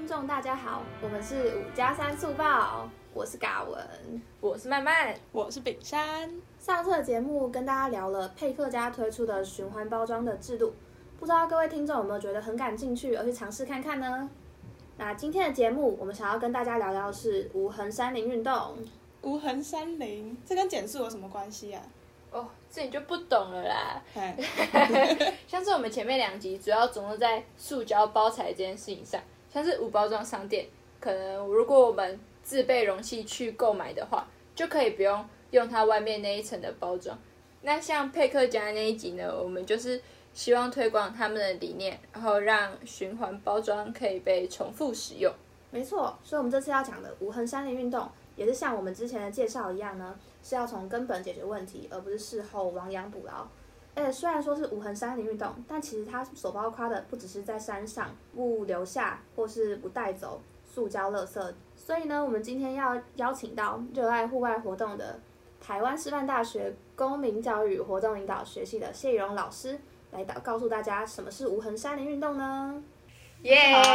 众大家好，我们是5+3速报，我是嘎文， 我是曼曼， 我是炳山。 上次的节目跟大家聊了佩克家推出的循环包装的制度，不知道各位听众有没有觉得很感兴趣而去尝试看看呢？那今天的节目我们想要跟大家聊聊的是无痕山林运动。 无痕山林，这跟减速有什么关系啊？ 哦，这你就不懂了啦。像是我们前面2集主要着重在塑胶包材这件事情上，像是无包装商店，可能如果我们自备容器去购买的话，就可以不用它外面那一层的包装。那像佩克家那一集呢，我们就是希望推广他们的理念，然后让循环包装可以被重复使用。 没错，所以我们这次要讲的无痕山林运动，也是像我们之前的介绍一样呢，是要从根本解决问题，而不是事后亡羊补牢。而且虽然说是无痕山林运动，但其实它所包括的不只是在山上不留下或是不带走塑胶垃圾。所以呢，我们今天要邀请到热爱户外活动的台湾师范大学公民教育活动引导学系的谢宜蓉老师，来告诉大家什么是无痕山林运动呢？ 耶！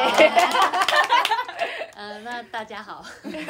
那大家好。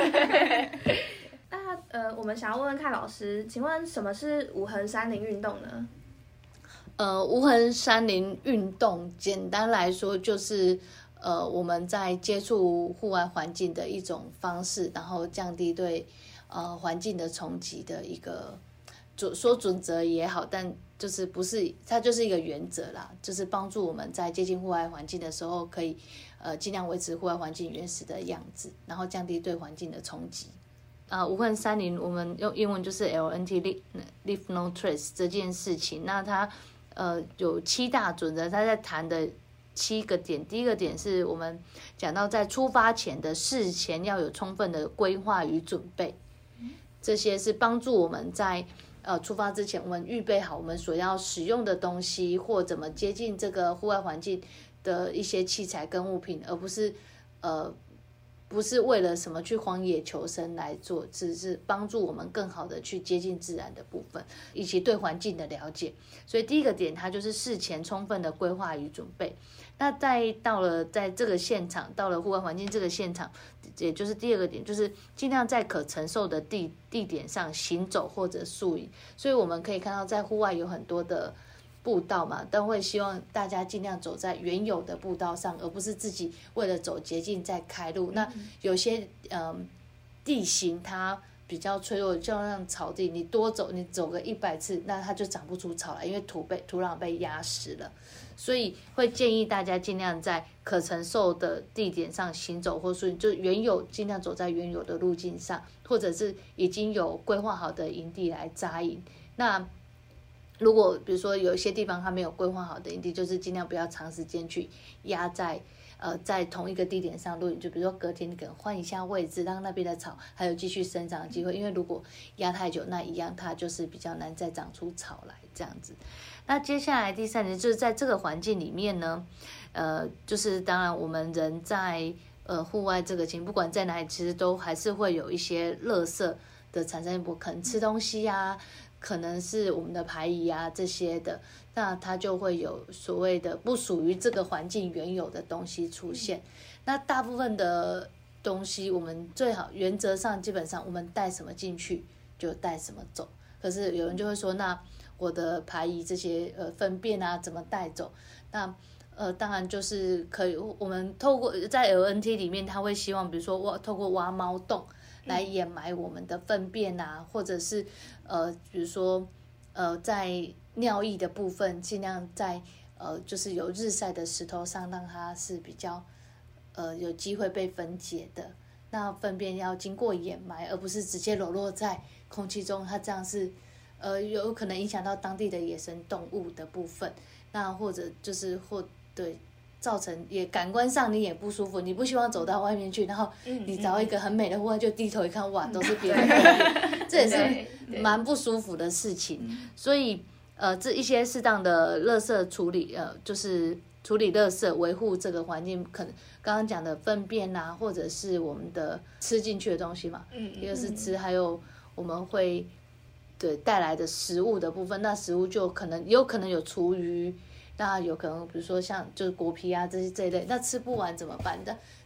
那我们想要问问看老师，请问什么是无痕山林运动呢？ 无痕山林运动简单来说就是我们在接触户外环境的一种方式，然后降低对环境的冲击的一个说准则也好，但就是不是它就是一个原则啦，就是帮助我们在接近户外环境的时候，可以尽量维持户外环境原始的样子，然后降低对环境的冲击。无痕山林我们用英文就是 LNT Leave No Trace 这件事情，那它有7大准则，它在谈的7个点。第一个点是我们讲到在出发前的事前要有充分的规划与准备，这些是帮助我们在出发之前，我们预备好我们所要使用的东西，或怎么接近这个户外环境的一些器材跟物品，而不是为了什么去荒野求生来做，只是帮助我们更好的去接近自然的部分，以及对环境的了解。所以第一个点，它就是事前充分的规划与准备。那到了在这个现场，到了户外环境这个现场，也就是第二个点，就是尽量在可承受的地点上行走或者宿营。所以我们可以看到，在户外有很多的步道嘛，但会希望大家尽量走在原有的步道上，而不是自己为了走捷径再开路。那有些地形它比较脆弱，就像草地，你走个100次，那它就长不出草来，因为土壤被压实了。所以会建议大家尽量在可承受的地点上行走或是就尽量走在原有的路径上，或者是已经有规划好的营地来扎营。那如果比如说有一些地方它没有规划好的营地，就是尽量不要长时间去压在同一个地点上露营，就比如说隔天你可能换一下位置，让那边的草还有继续生长的机会，因为如果压太久，那一样它就是比较难再长出草来这样子。那接下来第3点就是在这个环境里面呢，就是当然我们人在户外这个情，不管在哪里，其实都还是会有一些垃圾的产生，可能吃东西啊，可能是我们的排遗啊这些的，那它就会有所谓的不属于这个环境原有的东西出现。那大部分的东西我们最好原则上基本上我们带什么进去就带什么走，可是有人就会说，那我的排遗这些粪便啊怎么带走？那当然就是可以，我们透过在 LNT 里面，他会希望比如说透过挖猫洞来掩埋我们的粪便啊，或者是比如说在尿液的部分，尽量在就是有日晒的石头上，让它是比较有机会被分解的。那粪便要经过掩埋，而不是直接裸露在空气中，它这样是有可能影响到当地的野生动物的部分。那或者就是对。造成也感官上你也不舒服，你不希望走到外面去，然后你找一个很美的户外就低头一看，哇，都是别人的，这也是蛮不舒服的事情。所以这一些适当的垃圾处理，就是处理垃圾，维护这个环境，可能刚刚讲的粪便啊，或者是我们的吃进去的东西嘛，一个是吃，还有我们会带来的食物的部分，那食物就有可能有厨余。那有可能比如说像就是果皮啊这一类，那吃不完怎么办？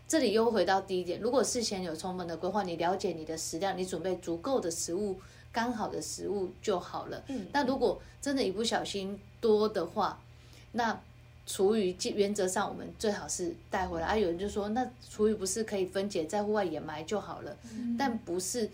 这里又回到第一点，如果事前有充分的规划，你了解你的食量，你准备足够的食物，刚好的食物就好了。那如果真的一不小心多的话，那厨余原则上我们最好是带回来。有人就说，那厨余不是可以分解在户外掩埋就好了？但不是，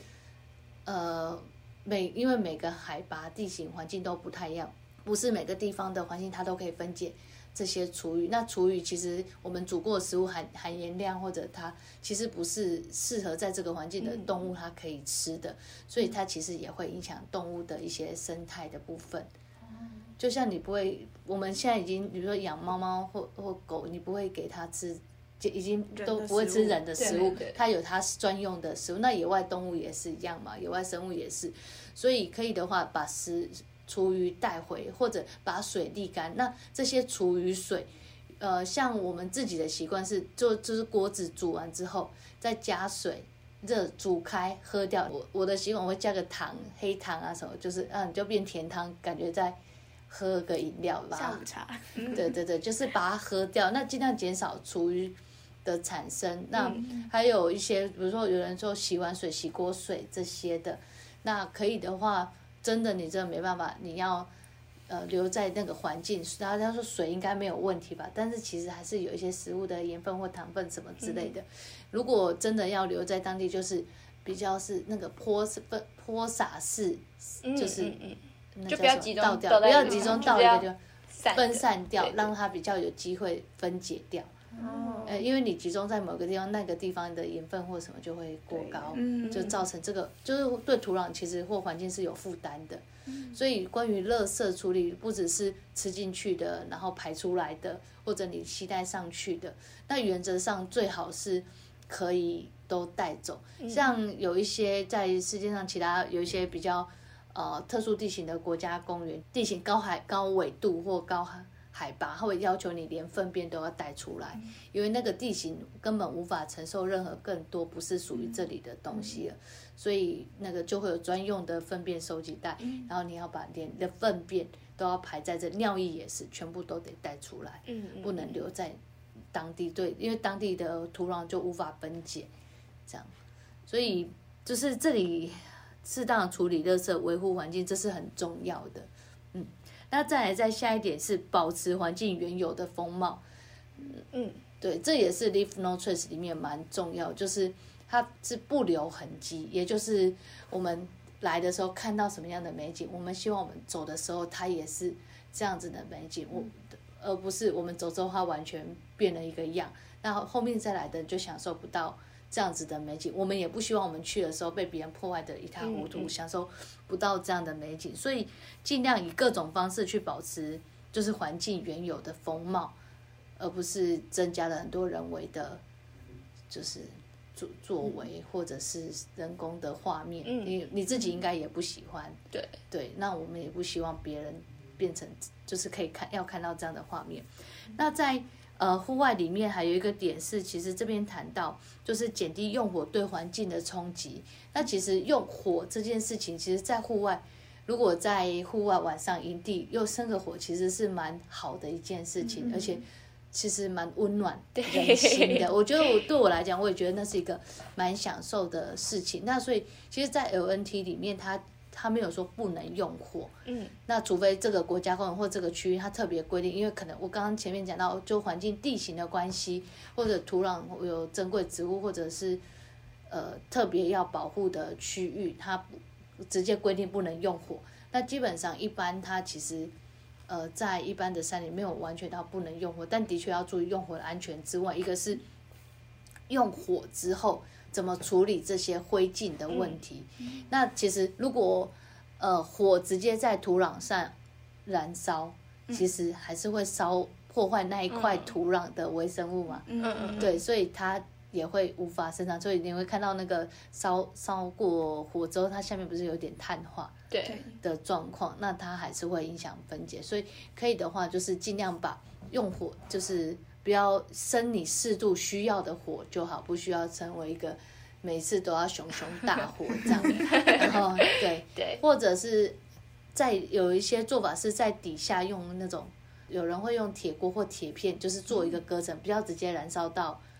因为每个海拔、地形、环境都不太一样，不是每个地方的环境它都可以分解这些厨余。那厨余其实我们煮过的食物含盐量，或者它其实不是适合在这个环境的动物它可以吃的，所以它其实也会影响动物的一些生态的部分。就像你不会，我们现在已经比如说养猫猫或狗，你不会给它吃，已经都不会吃人的食物，它有它专用的食物。那野外动物也是一样嘛，野外生物也是，所以可以的话把厨余带回，或者把水沥干。那这些厨余水，像我们自己的习惯是就是锅子煮完之后再加水热煮开喝掉。我的习惯我会加个糖，黑糖啊什么，就是你就变甜汤，感觉在喝个饮料吧， 下午茶。 对对对，就是把它喝掉，那尽量减少厨余的产生。那还有一些，比如说有人说洗完水、洗锅水这些的，那可以的话，真的你真的没办法，你要留在那个环境。大家说水应该没有问题吧，但是其实还是有一些食物的盐分或糖分什么之类的。如果真的要留在当地，就是比较是那个泼洒式，就是就不要集中倒掉，不要集中倒一个就分散掉， 对让它比较有机会分解掉。因为你集中在某个地方，那个地方的盐分或什么就会过高，就造成这个就是对土壤其实或环境是有负担的。所以关于垃圾处理，不只是吃进去的，然后排出来的，或者你携带上去的，那原则上最好是可以都带走。像有一些在世界上其他有一些比较特殊地形的国家公园，地形高纬度或高海拔，它会要求你连粪便都要带出来，因为那个地形根本无法承受任何更多不是属于这里的东西了，所以那个就会有专用的粪便收集袋，然后你要把连的粪便都要排在这，尿液也是全部都得带出来，不能留在当地，对，因为当地的土壤就无法分解，这样，所以就是这里适当的处理垃圾，维护环境，这是很重要的。那再下一点是保持环境原有的风貌。对，这也是 Leave No Trace 里面蛮重要，就是它是不留痕迹，也就是我们来的时候看到什么样的美景，我们希望我们走的时候它也是这样子的美景，而不是我们走之后它完全变了一个样，那后面再来的人就享受不到这样子的美景。我们也不希望我们去的时候被别人破坏的一塌糊涂，享受不到这样的美景，所以尽量以各种方式去保持就是环境原有的风貌，而不是增加了很多人为的就是作为或者是人工的画面，你自己应该也不喜欢，对，那我们也不希望别人变成就是可以要看到这样的画面。那在户外里面还有一个点是，其实这边谈到就是减低用火对环境的冲击。那其实用火这件事情，其实在户外，如果在户外晚上营地又生个火，其实是蛮好的一件事情，而且其实蛮温暖人心的。我觉得对我来讲，我也觉得那是一个蛮享受的事情。那所以其实，在 LNT 里面，他没有说不能用火，那除非这个国家公园或这个区域它特别规定，因为可能我刚刚前面讲到，就环境地形的关系，或者土壤有珍贵植物，或者是特别要保护的区域，它直接规定不能用火。那基本上一般它其实在一般的山里没有完全到不能用火，但的确要注意用火的安全之外，一个是用火之后怎么处理这些灰烬的问题。那其实如果火直接在土壤上燃烧，其实还是会破坏那一块土壤的微生物嘛，对，所以它也会无法生长，所以你会看到那个烧过火之后，它下面不是有点碳化的状况，那它还是会影响分解，所以可以的话就是尽量把用火就是不要生你适度需要的火就好，不需要成为一个每次都要熊熊大火这样，然后对，或者是有一些做法是在底下用那种，有人会用铁锅或铁片，就是做一个隔层，不要直接燃烧到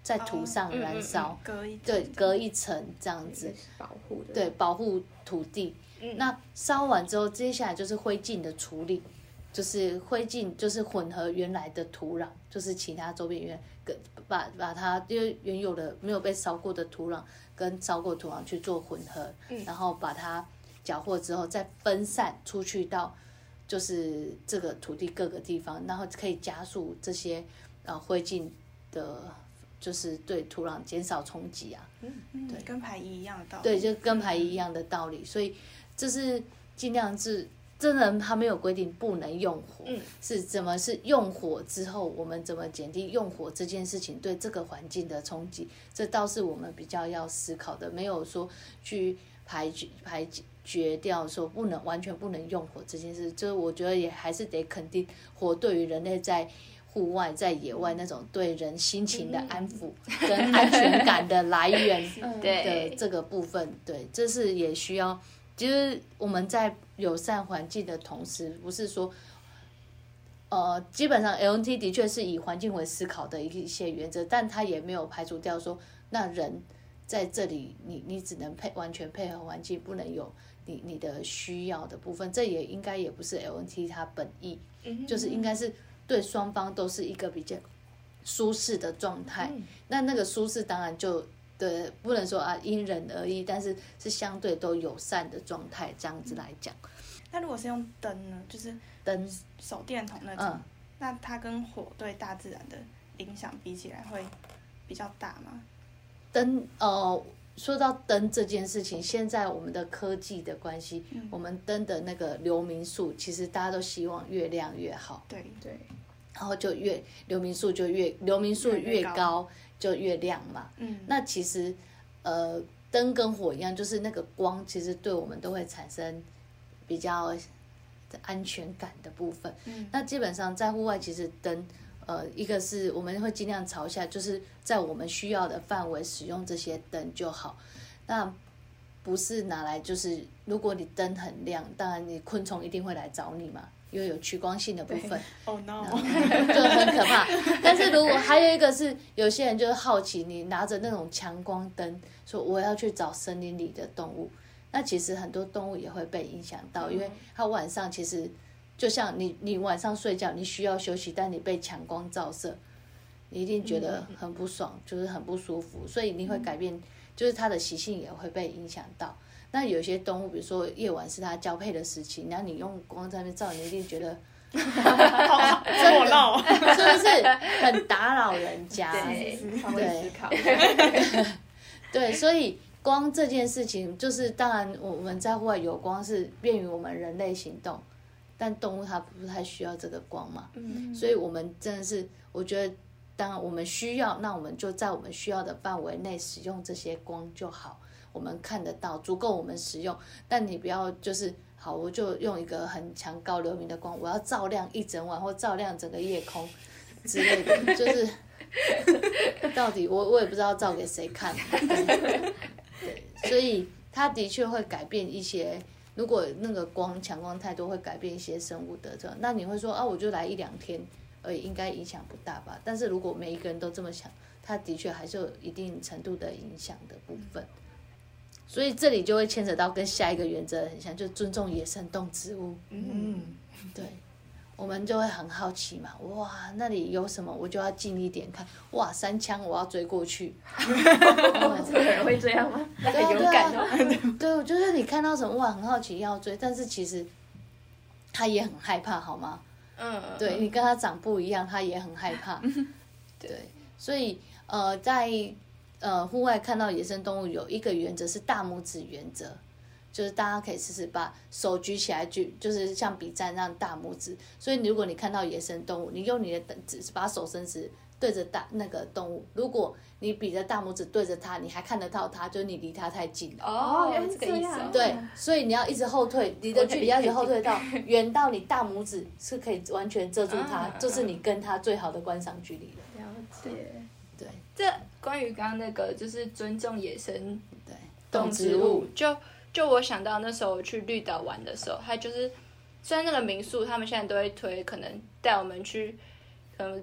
在土上燃烧，隔一层这样子， 保护的， 对，保护土地。那烧完之后，接下来就是灰烬的处理，就是灰烬就是混合原来的土壤，就是其他周边把它因为原有的没有被烧过的土壤跟烧过土壤去做混合，然后把它缴获之后再分散出去到就是这个土地各个地方，然后可以加速这些灰烬的，就是对土壤减少冲击啊。 对，跟排遗一样的道理。 对，就跟排遗一样的道理，所以这是尽量是。真的，他没有规定不能用火，是用火之后，我们怎么减低用火这件事情对这个环境的冲击，这倒是我们比较要思考的，没有说去排决掉说完全不能用火这件事，就是我觉得也还是得肯定火对于人类在户外在野外那种对人心情的安抚跟安全感的来源的这个部分，对，这是也需要。其实我们在友善环境的同时，不是说，基本上 LNT 的确是以环境为思考的一些原则，但它也没有排除掉说，那人在这里，你只能完全配合环境，不能有你的需要的部分，这也应该也不是 LNT 它本意，就是应该是对双方都是一个比较舒适的状态。那个舒适当然就。对，不能说因人而异，但是是相对都友善的状态，这样子来讲。 那如果是用灯呢？就是灯手电筒那种，那它跟火对大自然的影响比起来会比较大吗？ 灯说到灯这件事情，现在我们的科技的关系，我们灯的那个流明数，其实大家都希望越亮越好。 对。 然后就流明数越高。就越亮嘛，那其实，灯跟火一样，就是那个光，其实对我们都会产生比较安全感的部分。那基本上在户外，其实灯，一个是我们会尽量朝下，就是在我们需要的范围使用这些灯就好。那不是拿来就是，如果你灯很亮，当然你昆虫一定会来找你嘛。因为有趋光性的部分 ，Oh no， 就很可怕。但是如果还有一个是，有些人就是好奇，你拿着那种强光灯，说我要去找森林里的动物，那其实很多动物也会被影响到，因为它晚上其实就像你晚上睡觉，你需要休息，但你被强光照射，你一定觉得很不爽，就是很不舒服，所以你会改变，就是它的习性也会被影响到。那有些动物，比如说夜晚是它交配的时期，然后你用光在那边照，你一定觉得好热闹， 是不是很打扰人家？ 对，换位思考。 对，所以光这件事情，就是当然我们在户外有光是便于我们人类行动，但动物它不太需要这个光嘛，所以我们真的是，我觉得当然我们需要，那我们就在我们需要的范围内使用这些光就好。我们看得到，足够我们使用，但你不要就是好，我就用一个很强高流明的光，我要照亮一整晚或照亮整个夜空之类的，就是到底我也不知道照给谁看。对，所以它的确会改变一些，如果那个强光太多，会改变一些生物的这，那你会说我就来1-2天而已，应该影响不大吧？但是如果每一个人都这么想，它的确还是有一定程度的影响的部分。所以这里就会牵扯到跟下一个原则很像，就尊重野生动植物。对，我们就会很好奇嘛，哇，那里有什么，我就要近一点看，哇，山羌我要追过去。 这个人会这样吗？那很勇敢哦。 对，我觉得你看到什么，哇，很好奇要追，但是其实他也很害怕，好吗？对，你跟他长不一样，他也很害怕。对，所以在户外看到野生动物有一个原则是大拇指原则，就是大家可以试试把手举起来，就是像比赞那样大拇指。所以如果你看到野生动物，你用你的把手伸直对着那个动物，如果你比着大拇指对着它，你还看得到它，就是你离它太近了。 原来是这个意思。 对，所以你要一直后退，你的距离要一直后退到远到你大拇指是可以完全遮住它，就是你跟它最好的观赏距离了。 了解。 对， 这关于刚刚那个就是尊重野生动植物，就我想到那时候我去绿岛玩的时候，它就是虽然那个民宿他们现在都会推，可能带我们去，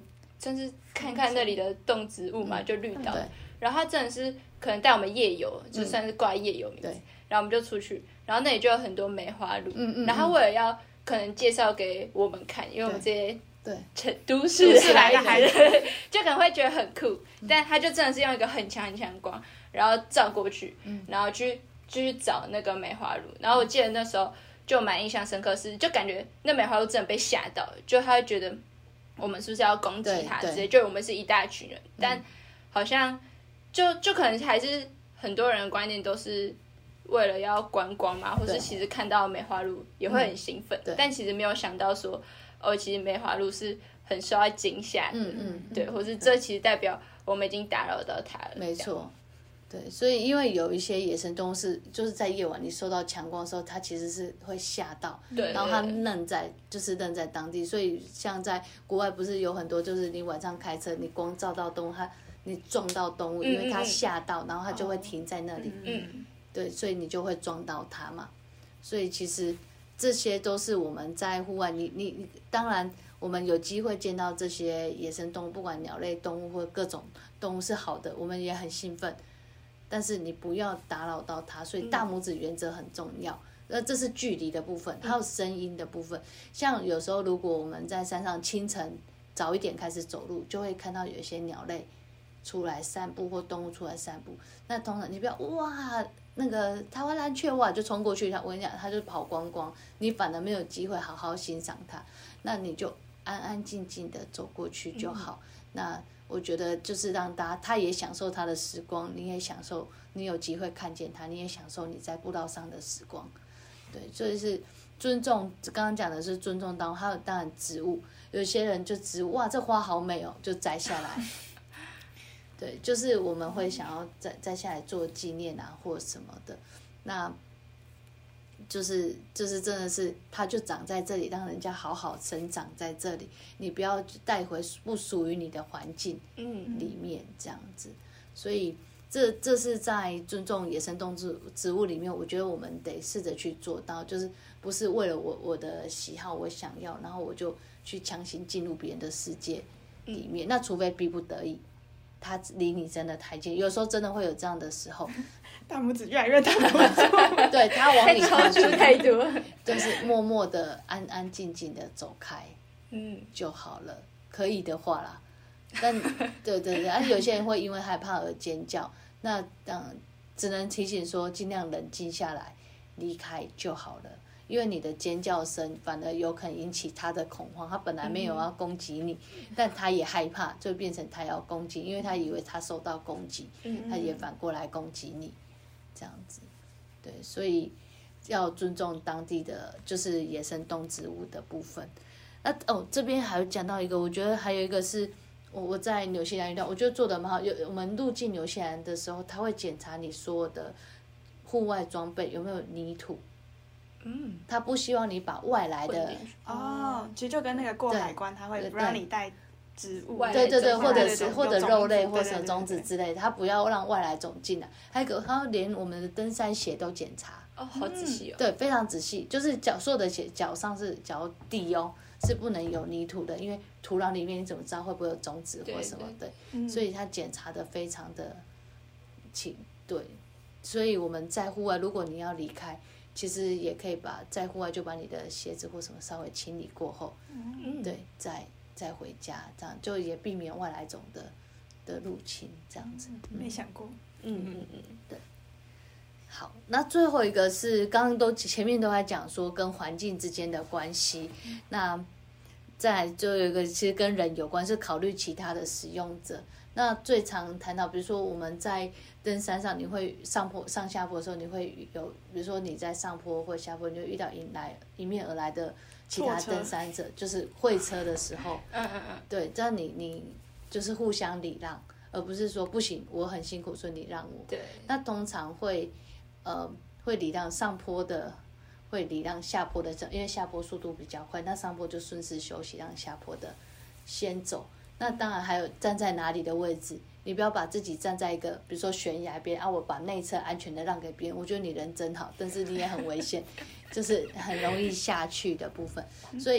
算是看看那里的动植物嘛，就绿岛。 对。 然后他真的是可能带我们夜游，就算是挂夜游名字。然后我们就出去，然后那里就有很多梅花鹿。然后他为了要可能介绍给我们看，因为我们这些都市来的孩子，就可能会觉得很酷。但他就真的是用一个很强很强的光，然后照过去，然后去找那个梅花鹿。然后我记得那时候就蛮印象深刻，就感觉那梅花鹿真的被吓到了，就他会觉得我们是不是要攻击他之类，就我们是一大群人，但好像就可能还是很多人的观念都是为了要观光嘛，或是其实看到梅花鹿也会很兴奋，但其实没有想到说，其实梅花鹿是很受到惊吓的，对，或是这其实代表我们已经打扰到它了， 没错。对，所以因为有一些野生动物就是在夜晚你受到强光的时候，它其实是会吓到，然后它愣在当地。所以像在国外不是有很多，就是你晚上开车，你光照到动物，你撞到动物，因为它吓到，然后它就会停在那里。对，所以你就会撞到它嘛。所以其实这些都是我们在户外，你当然我们有机会见到这些野生动物，不管鸟类动物或各种动物是好的，我们也很兴奋。但是你不要打扰到它，所以大拇指原则很重要。这是距离的部分，还有声音的部分。像有时候如果我们在山上清晨早一点开始走路，就会看到有一些鸟类出来散步或动物出来散步。那通常你不要哇，那个台湾蓝雀哇就冲过去，我跟你讲，它就跑光光，你反而没有机会好好欣赏它。那你就安安静静的走过去就好。那我觉得就是让他也享受他的时光，你也享受你有机会看见他，你也享受你在步道上的时光。对，所以是尊重，刚刚讲的是尊重还有当然植物，有些人就植物哇这花好美哦，就摘下来。对，就是我们会想要摘下来做纪念啊或什么的，那就是真的是它就长在这里，让人家好好生长在这里，你不要带回不属于你的环境里面这样子。所以这是在尊重野生动植物里面，我觉得我们得试着去做到，就是不是为了我的喜好我想要，然后我就去强行进入别人的世界里面，那除非逼不得已，他离你真的太近，有时候真的会有这样的时候。 大拇指越来越大不住， 对，他往你靠近太多， 就是默默的安安静静的走开，就好了，可以的话啦。但对，有些人会因为害怕而尖叫，那只能提醒说尽量冷静下来，离开就好了。因为你的尖叫声反而有可能引起他的恐慌，他本来没有要攻击你，但他也害怕，就变成他要攻击，因为他以为他受到攻击，他也反过来攻击你，这样子。对，所以要尊重当地的就是野生动植物的部分。那这边还有讲到一个，我觉得还有一个是我在纽西兰遇到，我觉得做的蛮好。我们入境纽西兰的时候，他会检查你所有的户外装备有没有泥土。他不希望你把外来的其实就跟那个过海关，他会不让你带植物， 对，或者肉类或者种子之类的，他不要让外来种进来。还有他连我们的登山鞋都检查， 好仔细哦。 对，非常仔细，就是所有的鞋脚上是脚底是不能有泥土的，因为土壤里面你怎么知道会不会有种子或什么的？所以他检查的非常的勤。对，所以我们在户外，如果你要离开，其实也可以在户外就把你的鞋子或什么稍微清理过后，对，再回家，这样就也避免外来种的入侵，这样子。 没想过。 对。好，那最后一个是刚刚前面都在讲说跟环境之间的关系，那再来就有一个其实跟人有关，是考虑其他的使用者。那最常谈到，比如说我们在登山上，你会上下坡的时候，你会有，比如说你在上坡或下坡，你就遇到迎面而来的其他登山者，就是会车的时候，对，这样你就是互相礼让，而不是说不行，我很辛苦，所以你让我。 对。 那通常会礼让上坡的，会礼让下坡的，因为下坡速度比较快，那上坡就顺势休息，让下坡的先走。那当然还有站在哪里的位置，你不要把自己站在一个比如说悬崖边我把内侧安全的让给别人，我觉得你人真好，但是你也很危险，就是很容易下去的部分。所以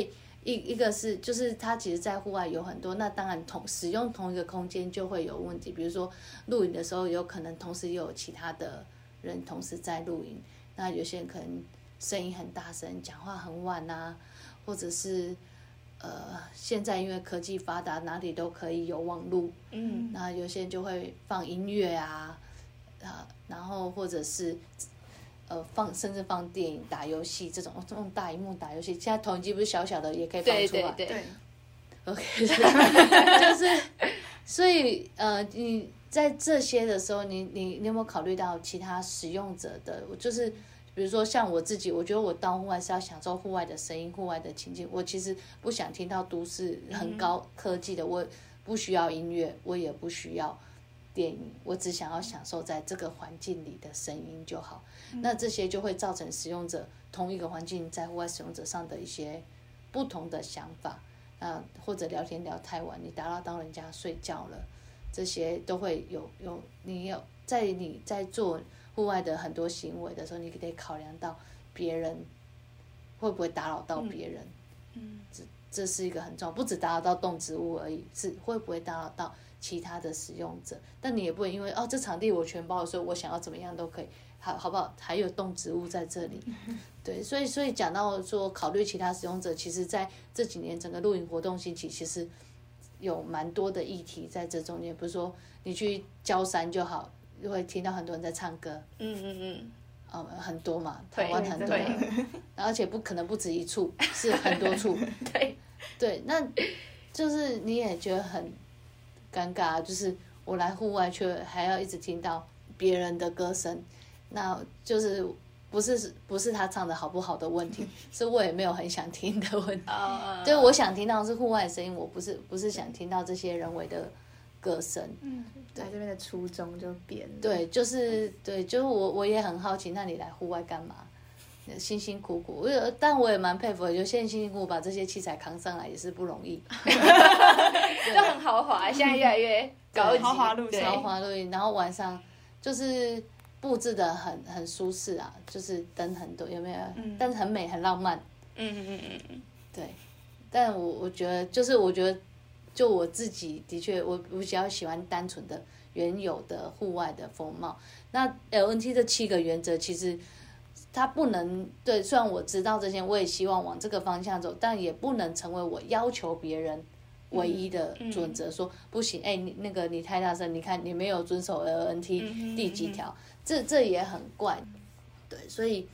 一个是就是它其实在户外有很多，那当然使用同一个空间就会有问题，比如说露营的时候有可能同时也有其他的人同时在露营，那有些人可能声音很大声，讲话很晚啊，或者是现在因为科技发达，哪里都可以有网路，那有些人就会放音乐啊，然后或者是甚至放电影、打游戏这种大荧幕打游戏，现在投影机不是小小的也可以放出来， 对 OK， 就是所以你在这些的时候，你有没有考虑到其他使用者的？就是比如说像我自己，我觉得我到户外是要享受户外的声音、户外的情境。我其实不想听到都市很高科技的，我不需要音乐，我也不需要电影，我只想要享受在这个环境里的声音就好。那这些就会造成使用者同一个环境在户外使用者上的一些不同的想法。或者聊天聊太晚，你打扰到人家睡觉了，这些都会有你在做户外的很多行为的时候，你得考量到别人会不会打扰到别人，这是一个很重要，不只打扰到动植物而已，是会不会打扰到其他的使用者。但你也不能因为这场地我全包了，所以我想要怎么样都可以，好不好？还有动植物在这里，对，所以讲到说考虑其他使用者，其实在这几年整个露营活动兴起，其实有蛮多的议题在这中间。不是说你去郊山就好，会听到很多人在唱歌，很多嘛，台湾很多，而且不可能不止一处，是很多处，对，那就是你也觉得很尴尬，就是我来户外却还要一直听到别人的歌声，那就是不是他唱的好不好的问题，是我也没有很想听的问题。对，我想听到的是户外的声音，我不是想听到这些人为的歌声。 来这边的初衷就变了。 对，就是我也很好奇，那你来户外干嘛？辛辛苦苦，但我也蛮佩服的，就现在辛辛苦苦把这些器材扛上来也是不容易。 都很豪华，现在越来越高级， 豪华露营， 豪华露营，然后晚上就是布置的很舒适啊，就是灯很多，有没有？但是很美，很浪漫。对，但我觉得，就我自己的确，我比较喜欢单纯的原有的户外的风貌。那 LNT 这7个原则，其实它不能对，虽然我知道这些，我也希望往这个方向走，但也不能成为我要求别人唯一的准则，说不行，你太大声，你看你没有遵守 LNT 第几条，这也很怪。对，所以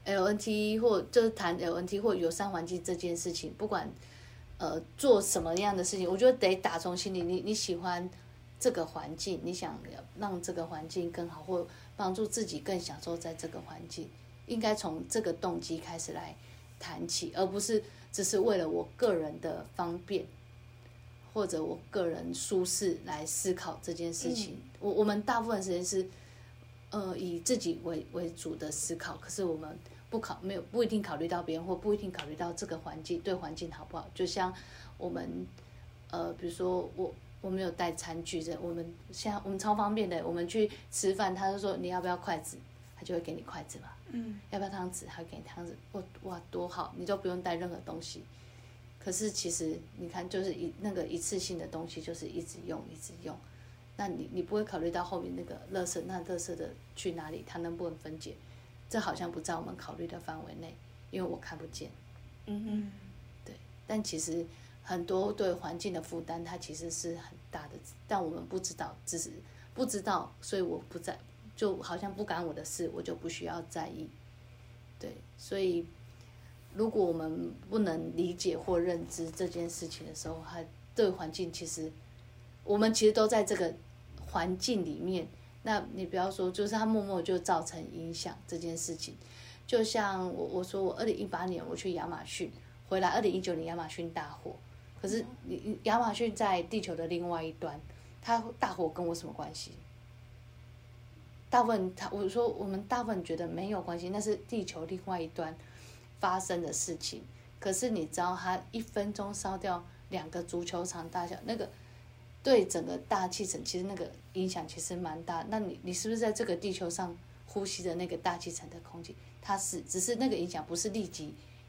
LNT 或就是谈 LNT 或友善环境这件事情，不管做什么样的事情，我觉得得打从心里，你喜欢这个环境，你想让这个环境更好，或帮助自己更享受在这个环境，应该从这个动机开始来谈起，而不是只是为了我个人的方便或者我个人舒适来思考这件事情。我们大部分时间是以自己为主的思考，可是我们不一定考虑到别人，或不一定考虑到这个环境对环境好不好。就像我们比如说我们有带餐具的，我们超方便的，我们去吃饭，他就说你要不要筷子，他就会给你筷子嘛。要不要汤匙，他会给你汤匙。哇，多好，你都不用带任何东西。可是其实你看，就是那个一次性的东西，就是一直用一直用。那你不会考虑到后面那个垃圾，那垃圾的去哪里，它能不能分解？这好像不在我们考虑的范围内，因为我看不见。对，但其实很多对环境的负担，它其实是很大的，但我们不知道，只是不知道，所以我不在，就好像不干我的事，我就不需要在意。对，所以如果我们不能理解或认知这件事情的时候，它对环境我们其实都在这个环境里面。那你不要说，就是它默默就造成影响这件事情。就像我说，我2018年我去亚马逊，回来2019年亚马逊大火，可是亚马逊在地球的另外一端，它大火跟我什么关系？大部分我们大部分觉得没有关系，那是地球另外一端发生的事情。可是你知道，它1分钟烧掉2个足球场大小，那个对整个大气层其实那个影响其实蛮大。那你是不是在这个地球上呼吸的那个大气层的空气，它只是那个影响不是立即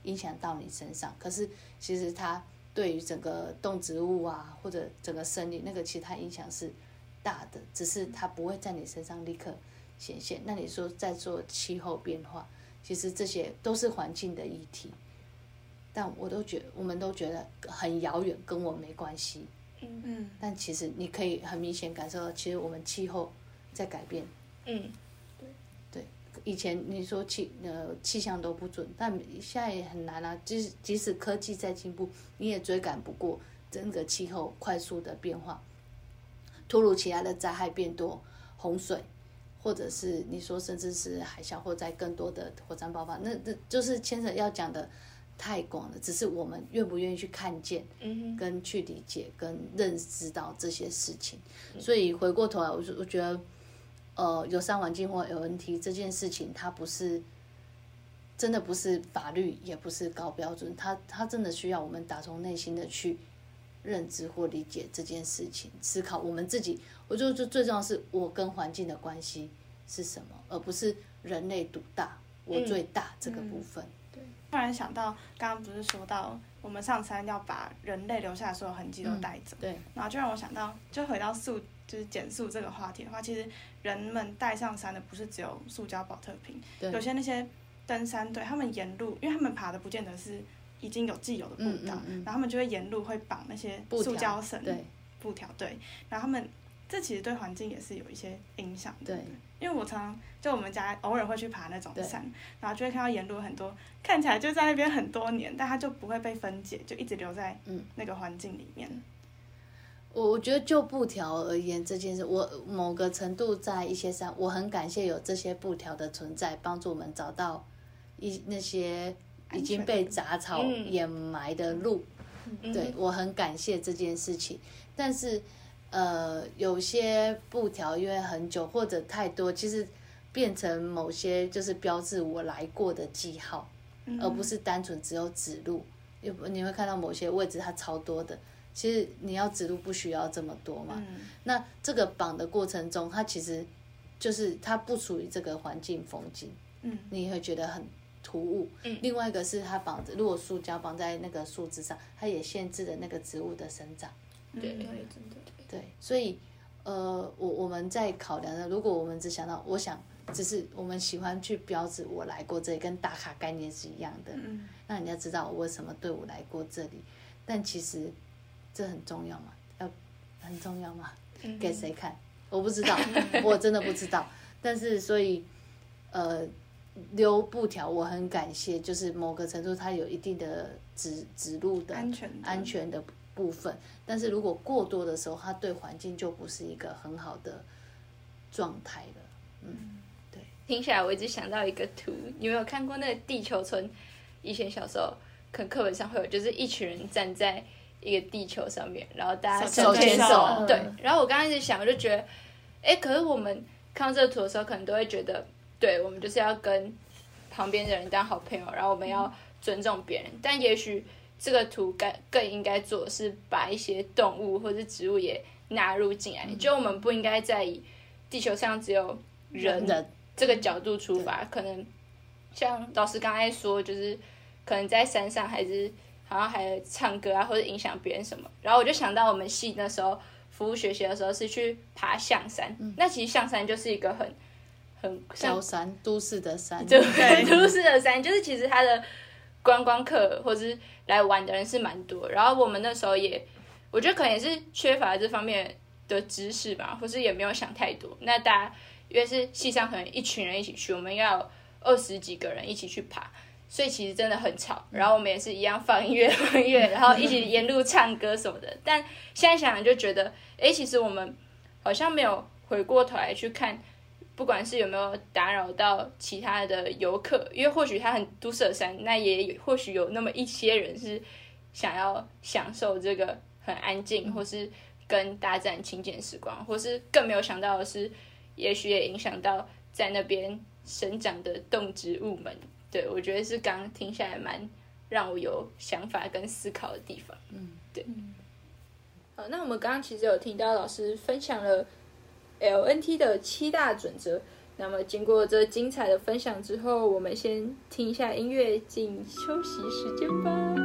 影响到你身上，可是其实它对于整个动植物啊或者整个生理那个其实它影响是大的，只是它不会在你身上立刻显现。那你说在做气候变化，其实这些都是环境的议题，但我们都觉得很遥远，跟我没关系。但其实你可以很明显感受到，其实我们气候在改变。对，以前你说气象都不准，但现在也很难啊。即使科技在进步，你也追赶不过整个气候快速的变化，突如其来的灾害变多，洪水，或者是你说甚至是海啸，或在更多的火山爆发，那就是牵扯要讲的太广了，只是我们愿不愿意去看见，跟去理解，跟认知到这些事情。所以回过头来，我觉得，友善环境或 LNT 这件事情，它真的不是法律，也不是高标准，它真的需要我们打从内心的去认知或理解这件事情，思考我们自己。我觉得最重要的是我跟环境的关系是什么，而不是人类独大，我最大这个部分。 突然想到，刚刚不是说到我们上山要把人类留下的所有痕迹都带走， 对， 然后就让我想到，就回到就是减塑这个话题的话，其实人们带上山的不是只有塑胶保特瓶，有些那些登山队，他们沿路，因为他们爬的不见得是已经有既有的步道，然后他们就会沿路会绑那些塑胶绳、布条，对，然后他们这其实对环境也是有一些影响的，对。因为我我们家偶尔会去爬那种山，然后就会看到沿路很多看起来就在那边很多年，但它就不会被分解，就一直留在那个环境里面。 我觉得就布条而言这件事，我某个程度在一些山，我很感谢有这些布条的存在，帮助我们找到那些已经被杂草掩埋的路。对，我很感谢这件事情，但是。有些布条因为很久或者太多，其实变成某些就是标志我来过的记号，而不是单纯只有指路。你会看到某些位置它超多的，其实你要指路不需要这么多嘛。那这个绑的过程中，它其实就是它不属于这个环境风景，你会觉得很突兀。另外一个是它绑着，如果塑胶绑在那个树枝上，它也限制了那个植物的生长。 对，真的。 对，所以我们在考量的，如果我们只想到，我想只是我们喜欢去标志我来过这里，跟打卡概念是一样的。那你要知道我为什么队伍来过这里，但其实这很重要嘛？很重要吗？给谁看？我不知道，我真的不知道。但是所以留布条我很感谢，就是某个程度它有一定的指路的安全的部分，但是如果过多的时候，它对环境就不是一个很好的状态了。对。 听起来我一直想到一个图，你有没有看过那个地球村？以前小时候可能课本上会有，就是一群人站在一个地球上面，然后大家手牵手。对。然后我刚开始想，我就觉得，可是我们看到这个图的时候，可能都会觉得，对，我们就是要跟旁边的人当好朋友，然后我们要尊重别人，但也许。这个图更应该做的是把一些动物或者植物也纳入进来，就我们不应该再以地球上只有人这个角度出发，可能像老师刚才说，就是可能在山上还是好像还唱歌啊，或者影响别人什么。然后我就想到我们系那时候服务学习的时候是去爬象山，那其实象山就是一个很高山，都市的山， 对，都市的山，就是其实它的观光客或是来玩的人是蛮多，然后我们那时候我觉得可能也是缺乏这方面的知识吧，或是也没有想太多。那大家因为是系上可能一群人一起去，我们要有20几个人一起去爬，所以其实真的很吵。然后我们也是一样放音乐，然后一起沿路唱歌什么的。但现在想想就觉得，其实我们好像没有回过头来去看。不管是有没有打扰到其他的游客，因为或许它很都市的山，那也或许有那么一些人是想要享受这个很安静，或是跟大自然亲近的时光，或是更没有想到的是，也许也影响到在那边生长的动植物们。对，我觉得是刚刚听下来蛮让我有想法跟思考的地方。对。好，那我们刚刚其实有听到老师分享了。LNT 的7大准则， 那么经过这精彩的分享之后，我们先听一下音乐，进休息时间吧。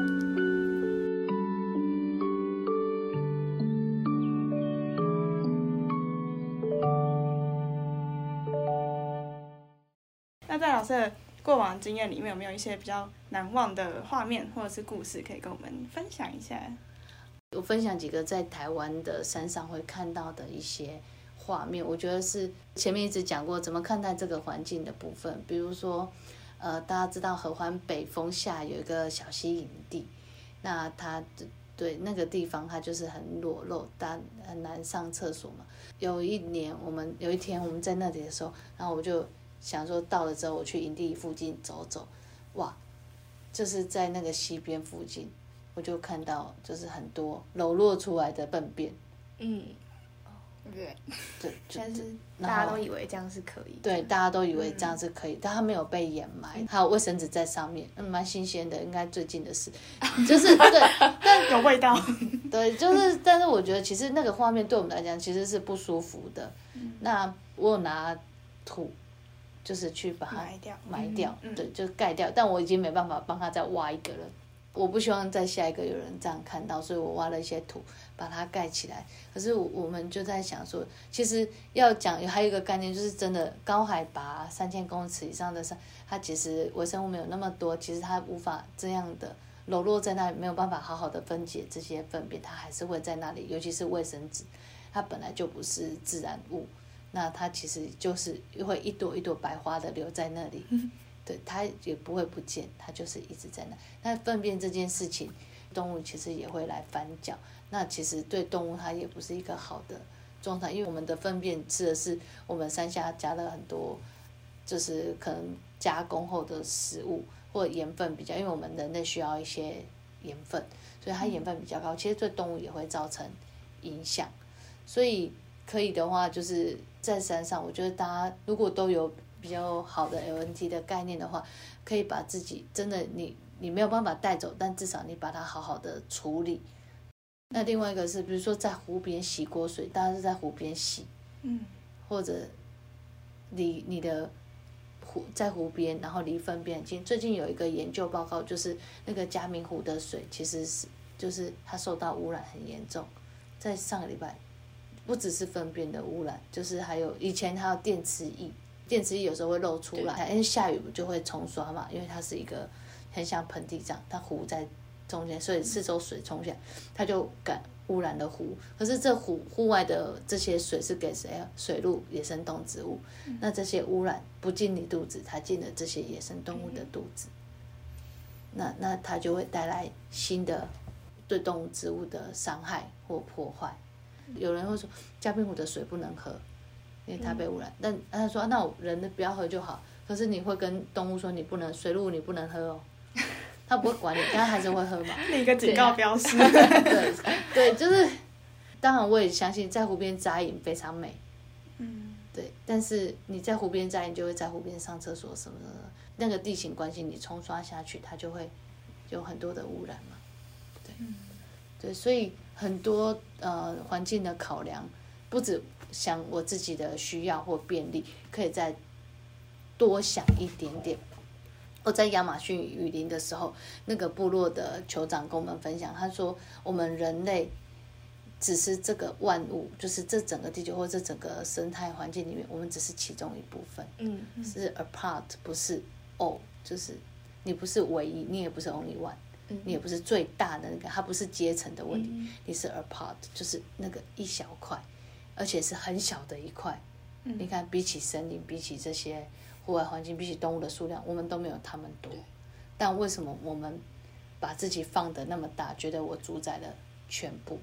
那在老师的过往经验里面，有没有一些比较难忘的画面或者是故事可以跟我们分享一下？ 我分享几个在台湾的山上会看到的一些画面，我觉得是前面一直讲过怎么看待这个环境的部分。比如说，大家知道合欢北峰下有一个小溪营地，那它对那个地方它就是很裸露，但很难上厕所嘛。有一天我们在那里的时候，然后我就想说到了之后我去营地附近走走，哇，就是在那个溪边附近，我就看到就是很多裸露出来的粪便。 对， 但是大家都以为这样是可以的。 对，大家都以为这样是可以，但它没有被掩埋，还有卫生纸在上面，蛮新鲜的，应该最近的事，就是对，但有味道。 对，就是，但是我觉得其实那个画面对我们来讲其实是不舒服的。那我有拿土，就是去把它埋掉，对，就盖掉，但我已经没办法帮他再挖一个了。我不希望在下一个有人这样看到，所以我挖了一些土把它盖起来。可是我们就在想说，其实要讲还有一个概念，就是真的高海拔3000公尺以上的山，它其实微生物没有那么多，其实它无法这样的裸露在那里，没有办法好好的分解这些粪便，它还是会在那里，尤其是卫生纸，它本来就不是自然物，那它其实就是会一朵一朵白花的留在那里。对，它也不会不见，它就是一直在那。那粪便这件事情，动物其实也会来翻搅。那其实对动物它也不是一个好的状态，因为我们的粪便吃的是我们山下加了很多，就是可能加工后的食物或盐分比较，因为我们人类需要一些盐分，所以它盐分比较高，其实对动物也会造成影响。所以可以的话，就是在山上，我觉得大家如果都有比较好的 LNT 的概念的话，可以把自己真的你没有办法带走，但至少你把它好好的处理。那另外一个是，比如说在湖边洗锅水，大家是在湖边洗，或者你的在湖边，然后离粪便很近。最近有一个研究报告，就是那个嘉明湖的水其实是就是它受到污染很严重，在上个礼拜不只是粪便的污染，就是还有以前还有电池液。电池液有时候会漏出来，因为下雨就会冲刷嘛，因为它是一个很像盆地这样，它湖在中间，所以四周水冲下来，它就污染了湖。可是这户外的这些水是给谁啊？水陆野生动植物。那这些污染不进你肚子，它进了这些野生动物的肚子，那它就会带来新的对动物植物的伤害或破坏。有人会说嘉明湖的水不能喝，因为它被污染，但他说那我人不要喝就好。可是你会跟动物说你不能，水路你不能喝哦，他不会管你，但还是会喝嘛。 那个警告标识。 对，就是当然我也相信在湖边扎营非常美，对，但是你在湖边扎营就会在湖边上厕所什么的，那个地形关系你冲刷下去，它就会有很多的污染嘛，对，所以很多环境的考量，不止想我自己的需要或便利，可以再多想一点点。我在亚马逊雨林的时候，那个部落的酋长跟我们分享，他说我们人类只是这个万物，就是这整个地球或这整个生态环境里面，我们只是其中一部分，是 a part， 不是 all， 就是你不是唯一，你也不是 only one，你也不是最大的那个，它不是阶层的问题，你是 a part， 就是那个一小块，而且是很小的一块。你看，比起森林，比起这些户外环境，比起动物的数量，我们都没有它们多。但为什么我们把自己放得那么大，觉得我主宰了全部？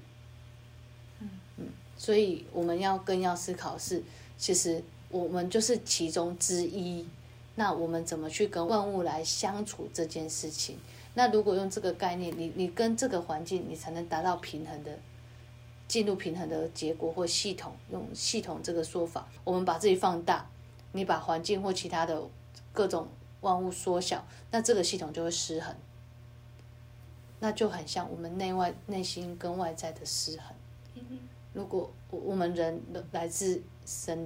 所以我们更要思考是，其实我们就是其中之一。那我们怎么去跟万物来相处这件事情？那如果用这个概念，你跟这个环境，你才能达到平衡的。进入平衡的结果或系统，用系统这个说法，我们把自己放大，你把环境或其他的各种万物缩小，那这个系统就会失衡，那就很像我们内心跟外在的失衡。如果我们人来自森林嘛，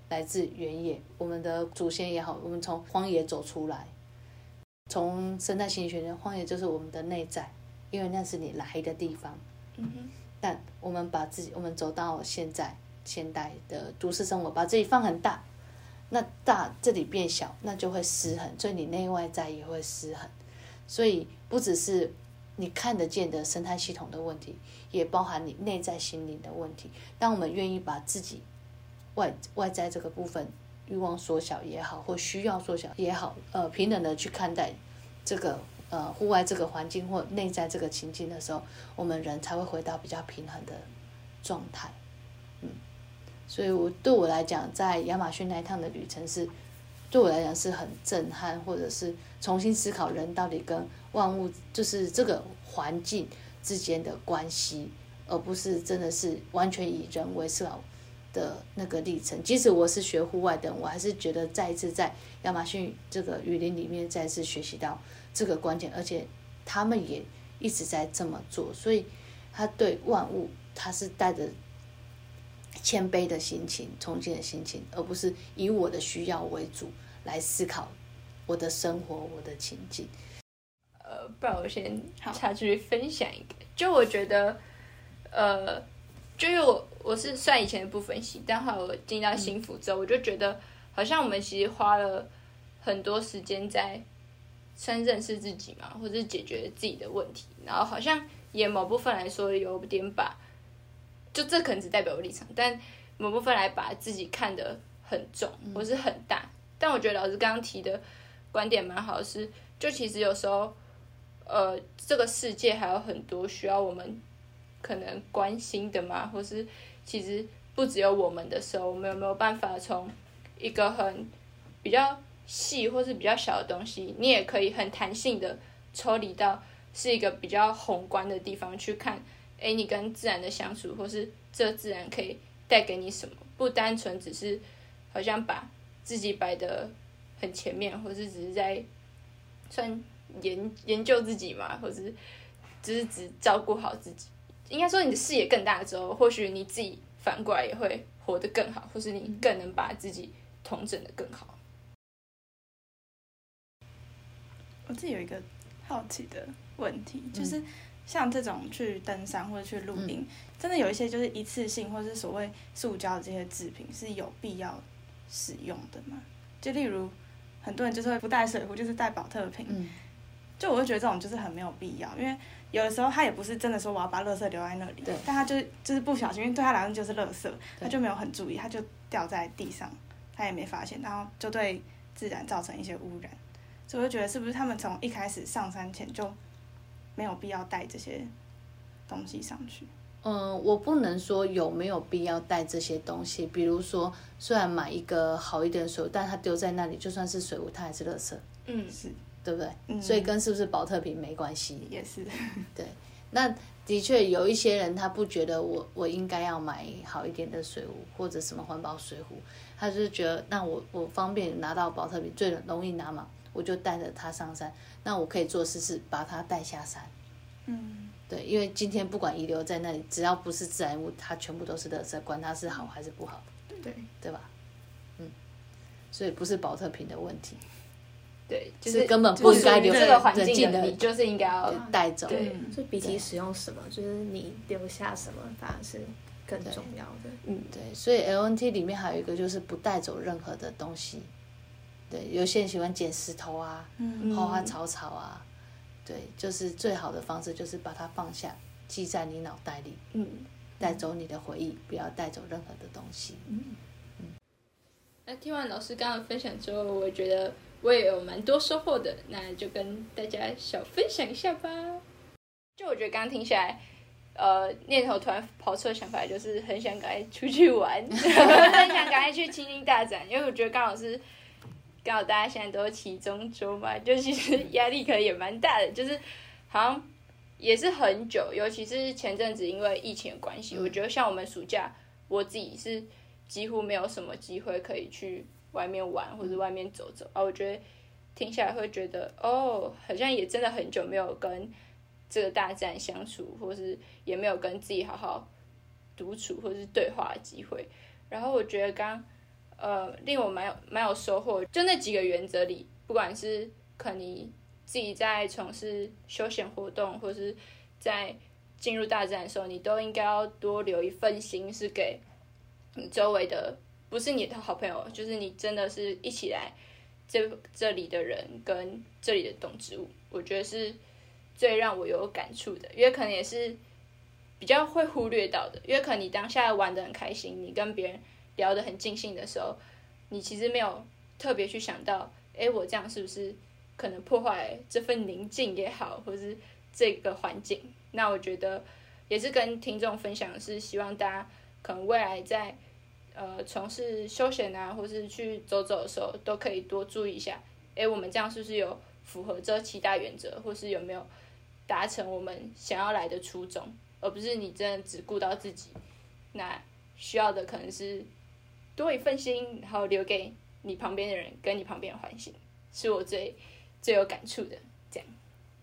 来自原野，我们的祖先也好，我们从荒野走出来。从生态心理学的荒野就是我们的内在，因为那是你来的地方。但我们我们走到现代的都市生活，把自己放很大，那大这里变小，那就会失衡，所以你内外在也会失衡。所以不只是你看得见的生态系统的问题，也包含你内在心灵的问题。当我们愿意把自己外在这个部分欲望缩小也好，或需要缩小也好，平等的去看待这个户外这个环境或内在这个情境的时候，我们人才会回到比较平衡的状态。所以对我来讲，在亚马逊那一趟的旅程对我来讲是很震撼，或者是重新思考人到底跟万物，就是这个环境之间的关系，而不是真的是完全以人为思考的那个历程。即使我是学户外的人，我还是觉得再一次在亚马逊这个雨林里面再次学习到这个观点，而且他们也一直在这么做，所以他对万物他是带着谦卑的心情、崇敬的心情，而不是以我的需要为主来思考我的生活、我的情境。 不然我先插出去分享一个，就我觉得，就因为我是算以前的不分析，但后来我进到新府之后，我就觉得好像我们其实花了很多时间在算认识自己嘛，或者是解决自己的问题，然后好像也某部分来说有点就这可能只代表我立场，但某部分来把自己看得很重或是很大。但我觉得老师刚刚提的观点蛮好的是，就其实有时候这个世界还有很多需要我们可能关心的嘛，或是其实不只有我们的时候，我们有没有办法从一个比较细或是比较小的东西，你也可以很弹性的抽离到是一个比较宏观的地方去看，你跟自然的相处，或是这自然可以带给你什么，不单纯只是好像把自己摆得很前面，或是只是在算研究自己嘛，或是只照顾好自己。应该说你的视野更大之后，或许你自己反过来也会活得更好，或是你更能把自己统整得更好。 我自己有一个好奇的问题，就是像这种去登山或者去露营，真的有一些就是一次性或是所谓塑胶的这些制品是有必要使用的吗？就例如很多人就是会不带水壶，就是带保特瓶，就我会觉得这种就是很没有必要，因为有的时候他也不是真的说我要把垃圾留在那里，但他就是不小心，因为对他来说就是垃圾，他就没有很注意，他就掉在地上，他也没发现，然后就对自然造成一些污染。所以我就觉得是不是他们从一开始上山前就没有必要带这些东西上去？ 我不能说有没有必要带这些东西，比如说虽然买一个好一点的水壶，但它丢在那里就算是水壶它还是垃圾， 是， 对不对？所以跟是不是保特瓶没关系， 也是。 对，那的确有一些人他不觉得我应该要买好一点的水壶或者什么环保水壶，他就是觉得那我方便拿到保特瓶最容易拿嘛，我就带着它上山，那我可以做事是把它带下山。对，因为今天不管遗留在那里，只要不是自然物，它全部都是垃圾，管它是好还是不好，对吧？所以不是保特瓶的问题， 对，就是根本不应该留这个环境的， 你就是应该要带走。 对，就比起使用什么，就是你留下什么，反而是更重要的。 对，所以 LNT 里面还有一个就是不带走任何的东西。对，有些人喜欢捡石头啊，花花草草啊。对，就是最好的方式就是把它放下，记在你脑袋里，带走你的回忆，不要带走任何的东西。 那听完老师刚刚的分享之后，我觉得我也有蛮多收获的，那就跟大家小分享一下吧。就我觉得刚刚听下来，念头突然跑出的想法就是很想赶快出去玩，很想赶快去亲近大自然，因为我觉得刚好大家现在都期中周嘛，就其实压力可能也蛮大的，就是好像也是很久，尤其是前阵子因为疫情的关系，我觉得像我们暑假，我自己是几乎没有什么机会可以去外面玩或者外面走走啊。我觉得听下来会觉得好像也真的很久没有跟这个大自然相处，或是也没有跟自己好好独处或是对话的机会。然后我觉得令我蛮有收获。就那几个原则里，不管是可能你自己在从事休闲活动，或是在进入大自然的时候，你都应该要多留一份心，是给你周围的，不是你的好朋友，就是你真的是一起来这里的人跟这里的动植物，我觉得是最让我有感触的，因为可能也是比较会忽略到的，因为可能你当下玩得很开心，你跟别人聊得很尽兴的时候，你其实没有特别去想到，我这样是不是可能破坏这份宁静也好，或是这个环境。那我觉得也是跟听众分享的是，希望大家可能未来在从事休闲啊，或是去走走的时候，都可以多注意一下，我们这样是不是有符合这7大原则，或是有没有达成我们想要来的初衷，而不是你真的只顾到自己。那需要的可能是多一份心，然后留给你旁边的人跟你旁边的环境，是我最有感触的。这样，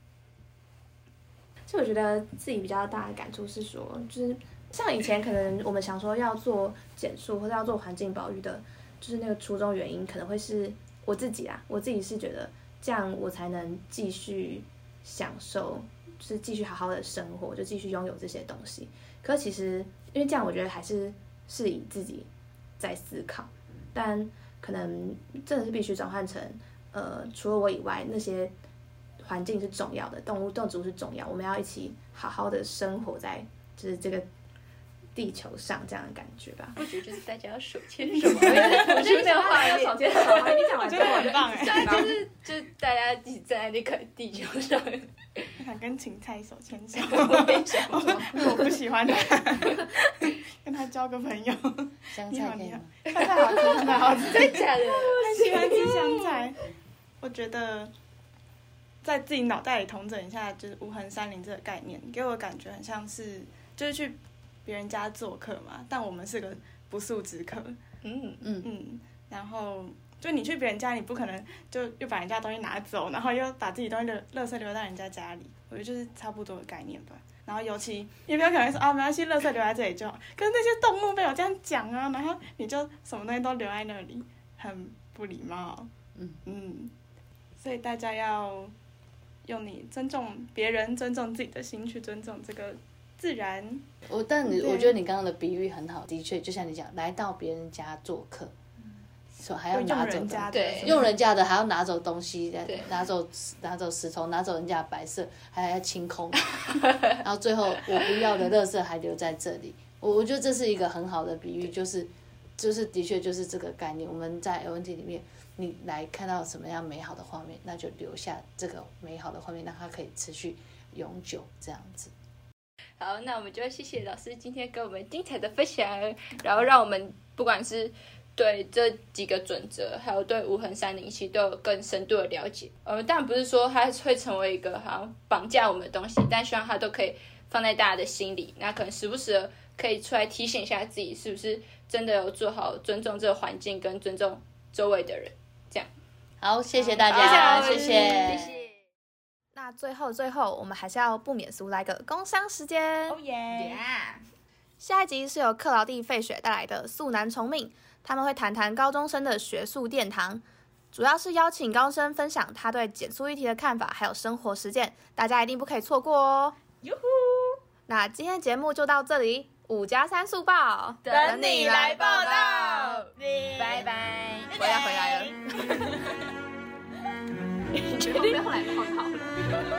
就我觉得自己比较大的感触是说，就是像以前可能我们想说要做减塑或者要做环境保育的，就是那个初衷原因可能会是我自己啦，我自己是觉得这样我才能继续享受，就是继续好好的生活，就继续拥有这些东西。可其实因为这样，我觉得还是以自己在思考，但可能真的是必须转换成除了我以外，那些环境是重要的，动植物是重要，我们要一起好好的生活在就是这个地球上，这样的感觉吧。 我觉得就是大家要手牵手，我觉得那个画面， 手牵手，你讲完之后很棒哎， 就是大家一起站在那个地球上。 我想跟芹菜手牵手， 我不喜欢他，跟他交个朋友。 香菜可以吗？ 香菜好吃，香菜好吃， 真的假的？ 很喜欢吃香菜。我觉得在自己脑袋里统整一下，就是无痕山林这个概念，给我的感觉很像是就是去别人家做客嘛，但我们是个不速之客。然后就你去别人家，你不可能就又把人家的东西拿走，然后又把自己东西的垃圾留在人家家里。我觉得就是差不多的概念吧。然后尤其也不要可能说没关系，垃圾留在这里就好。可是那些动物没有这样讲啊，然后你就什么东西都留在那里，很不礼貌。所以大家要用你尊重别人、尊重自己的心去尊重这个自然。 我觉得你刚刚的比喻很好，的确就像你讲，来到别人家做客，还要拿走用人家的还要拿走东西，拿走石头，拿走人家的白色，还要清空，然后最后我不要的垃圾还留在这里。我觉得这是一个很好的比喻，就是的确就是这个概念。我们在 LNT 里面，你来看到什么样美好的画面，那就留下这个美好的画面，让它可以持续永久这样子。 好，那我们就谢谢老师今天跟我们精彩的分享，然后让我们不管是对这几个准则，还有对无痕山林其实都有更深度的了解。当然不是说它会成为一个好像绑架我们的东西，但希望它都可以放在大家的心里。那可能时不时的可以出来提醒一下自己，是不是真的有做好尊重这个环境跟尊重周围的人。这样， 好，谢谢大家，谢谢。 那最后，我们还是要不免俗来个工商时间。 哦耶！ 下一集是由克劳蒂费雪带来的素男重命，他们会谈谈高中生的学宿殿堂，主要是邀请高中生分享他对减塑议题的看法，还有生活实践，大家一定不可以错过哦。 哟呼！ 那今天的节目就到这里，5+3速报， 等你来报道，拜拜， 我要回来了。你确定要来报道？